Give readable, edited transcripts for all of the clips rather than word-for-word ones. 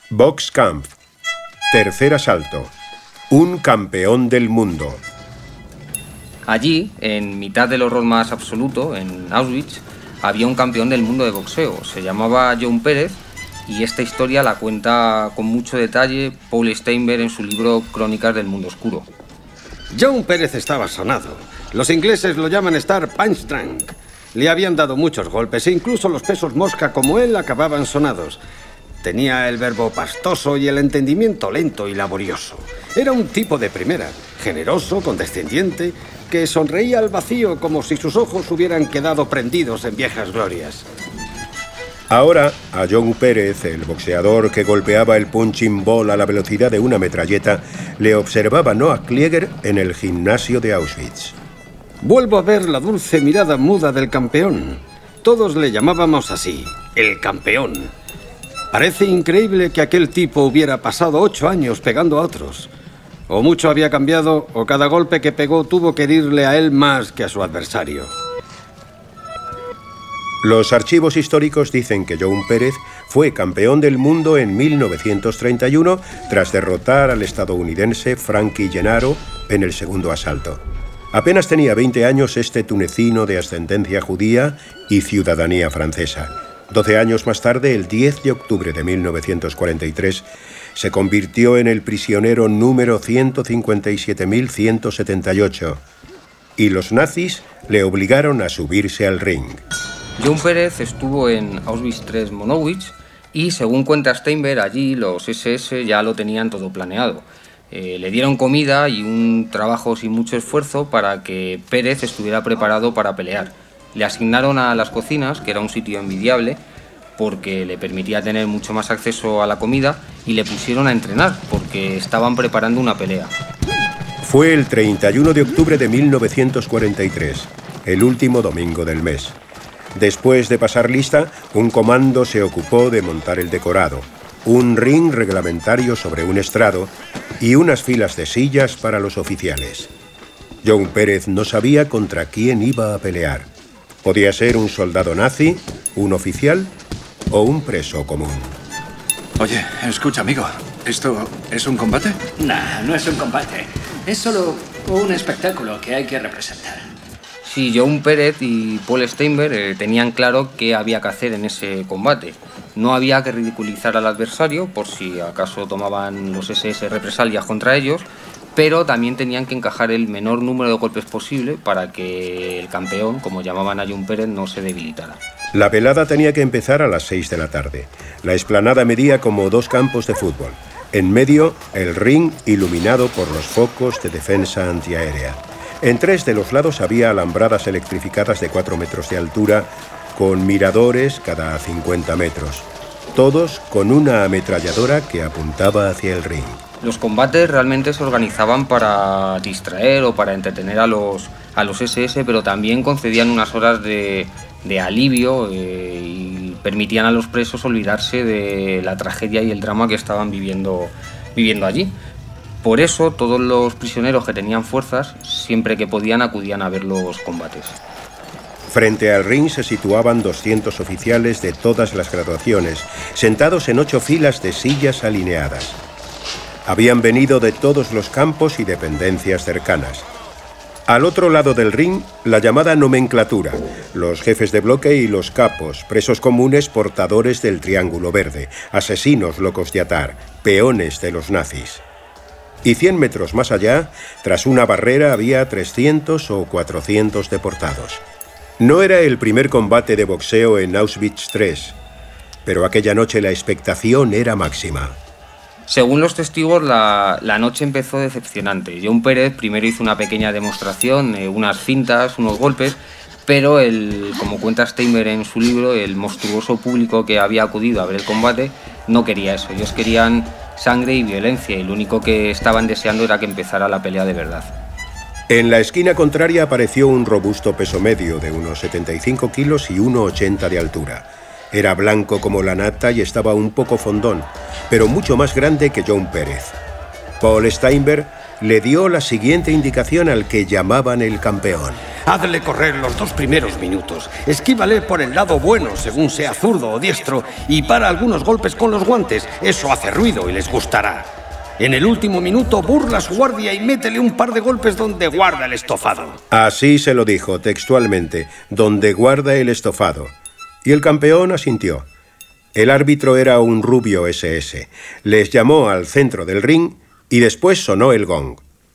Boxkampf. Tercer asalto. Un campeón del mundo. Allí, en mitad del horror más absoluto, en Auschwitz, había un campeón del mundo de boxeo. Se llamaba John Pérez y esta historia la cuenta con mucho detalle Paul Steinberg en su libro Crónicas del Mundo Oscuro. John Pérez estaba sonado. Los ingleses lo llaman Star Punch Drunk. Le habían dado muchos golpes e incluso los pesos mosca como él acababan sonados. Tenía el verbo pastoso y el entendimiento lento y laborioso. Era un tipo de primera, generoso, condescendiente, que sonreía al vacío como si sus ojos hubieran quedado prendidos en viejas glorias. Ahora, a John Pérez, el boxeador que golpeaba el punching ball a la velocidad de una metralleta, le observaba Noah Klieger en el gimnasio de Auschwitz. Vuelvo a ver la dulce mirada muda del campeón. Todos le llamábamos así, el campeón. Parece increíble que aquel tipo hubiera pasado 8 años pegando a otros. O mucho había cambiado, o cada golpe que pegó tuvo que herirle a él más que a su adversario. Los archivos históricos dicen que John Pérez fue campeón del mundo en 1931 tras derrotar al estadounidense Frankie Gennaro en el segundo asalto. Apenas tenía 20 años este tunecino de ascendencia judía y ciudadanía francesa. 12 años más tarde, el 10 de octubre de 1943, se convirtió en el prisionero número 157.178 y los nazis le obligaron a subirse al ring. John Pérez estuvo en Auschwitz III-Monowitz y, según cuenta Steinberg, allí los SS ya lo tenían todo planeado. Le dieron comida y un trabajo sin mucho esfuerzo para que Pérez estuviera preparado para pelear. Le asignaron a las cocinas, que era un sitio envidiable, porque le permitía tener mucho más acceso a la comida, y le pusieron a entrenar, porque estaban preparando una pelea. Fue el 31 de octubre de 1943, el último domingo del mes. Después de pasar lista, un comando se ocupó de montar el decorado, un ring reglamentario sobre un estrado y unas filas de sillas para los oficiales. John Pérez no sabía contra quién iba a pelear. Podía ser un soldado nazi, un oficial o un preso común. Oye, escucha, amigo. ¿Esto es un combate? Nah, no es un combate. Es solo un espectáculo que hay que representar. Sí, John Pérez y Paul Steinberg tenían claro qué había que hacer en ese combate. No había que ridiculizar al adversario por si acaso tomaban los SS represalias contra ellos, pero también tenían que encajar el menor número de golpes posible para que el campeón, como llamaban a John Pérez, no se debilitara. La velada tenía que empezar a las 6 de la tarde. La explanada medía como 2 campos de fútbol. En medio, el ring iluminado por los focos de defensa antiaérea. En 3 de los lados había alambradas electrificadas de 4 metros de altura, con miradores cada 50 metros. Todos con una ametralladora que apuntaba hacia el ring. Los combates realmente se organizaban para distraer o para entretener a los SS, pero también concedían unas horas de alivio y permitían a los presos olvidarse de la tragedia y el drama que estaban viviendo allí. Por eso, todos los prisioneros que tenían fuerzas, siempre que podían, acudían a ver los combates. Frente al ring se situaban 200 oficiales de todas las graduaciones, sentados en 8 filas de sillas alineadas. Habían venido de todos los campos y dependencias cercanas. Al otro lado del ring, la llamada nomenclatura, los jefes de bloque y los capos, presos comunes portadores del triángulo verde, asesinos locos de atar, peones de los nazis. Y 100 metros más allá, tras una barrera, había 300 o 400 deportados. No era el primer combate de boxeo en Auschwitz III, pero aquella noche la expectación era máxima. Según los testigos, la noche empezó decepcionante. John Pérez primero hizo una pequeña demostración, unas fintas, unos golpes, pero como cuenta Steinberg en su libro, el monstruoso público que había acudido a ver el combate no quería eso. Ellos querían sangre y violencia y lo único que estaban deseando era que empezara la pelea de verdad. En la esquina contraria apareció un robusto peso medio de unos 75 kilos y 1,80 de altura. Era blanco como la nata y estaba un poco fondón, pero mucho más grande que John Pérez. Paul Steinberg le dio la siguiente indicación al que llamaban el campeón. Hazle correr los 2 primeros minutos. Esquívale por el lado bueno, según sea zurdo o diestro, y para algunos golpes con los guantes. Eso hace ruido y les gustará. En el último minuto, burla su guardia y métele un par de golpes donde guarda el estofado. Así se lo dijo textualmente, donde guarda el estofado. Y el campeón asintió. El árbitro era un rubio SS. Les llamó al centro del ring y después sonó el gong.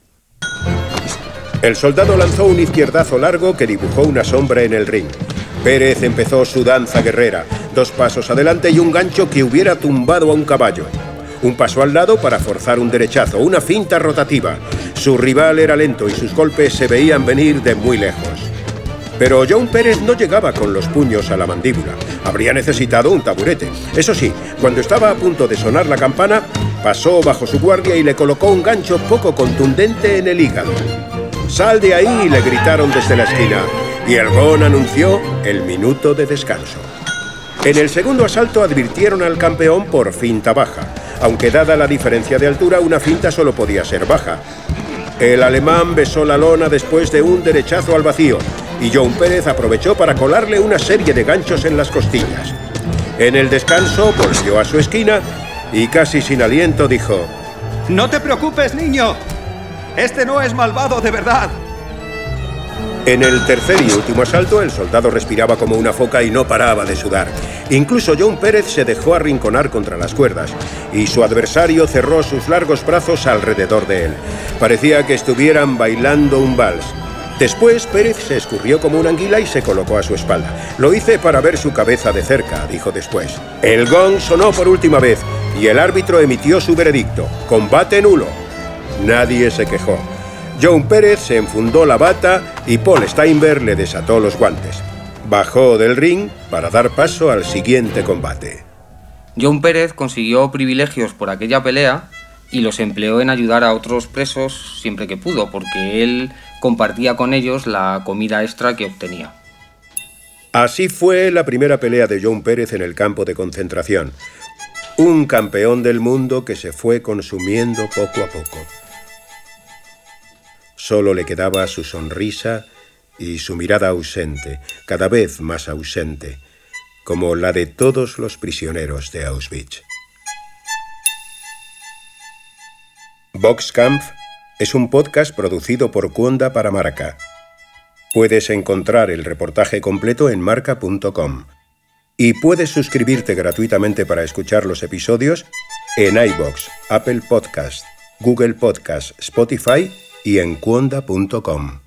El soldado lanzó un izquierdazo largo que dibujó una sombra en el ring. Pérez empezó su danza guerrera, 2 pasos adelante y un gancho que hubiera tumbado a un caballo. Un paso al lado para forzar un derechazo, una finta rotativa. Su rival era lento y sus golpes se veían venir de muy lejos. Pero John Pérez no llegaba con los puños a la mandíbula. Habría necesitado un taburete. Eso sí, cuando estaba a punto de sonar la campana, pasó bajo su guardia y le colocó un gancho poco contundente en el hígado. «¡Sal de ahí!», le gritaron desde la esquina, y el gong anunció el minuto de descanso. En el segundo asalto advirtieron al campeón por finta baja, aunque dada la diferencia de altura, una finta solo podía ser baja. El alemán besó la lona después de un derechazo al vacío, y John Pérez aprovechó para colarle una serie de ganchos en las costillas. En el descanso volvió a su esquina y casi sin aliento dijo: «No te preocupes, niño. Este no es malvado de verdad». En el tercer y último asalto, el soldado respiraba como una foca y no paraba de sudar. Incluso John Pérez se dejó arrinconar contra las cuerdas, y su adversario cerró sus largos brazos alrededor de él. Parecía que estuvieran bailando un vals. Después, Pérez se escurrió como una anguila y se colocó a su espalda. «Lo hice para ver su cabeza de cerca», dijo después. El gong sonó por última vez, y el árbitro emitió su veredicto: combate nulo. Nadie se quejó. John Pérez se enfundó la bata y Paul Steinberg le desató los guantes. Bajó del ring para dar paso al siguiente combate. John Pérez consiguió privilegios por aquella pelea y los empleó en ayudar a otros presos siempre que pudo, porque él compartía con ellos la comida extra que obtenía. Así fue la primera pelea de John Pérez en el campo de concentración. Un campeón del mundo que se fue consumiendo poco a poco. Solo le quedaba su sonrisa y su mirada ausente, cada vez más ausente, como la de todos los prisioneros de Auschwitz. Boxkampf es un podcast producido por Cuonda para Marca. Puedes encontrar el reportaje completo en marca.com y puedes suscribirte gratuitamente para escuchar los episodios en iVoox, Apple Podcast, Google Podcast, Spotify y en cuonda.com.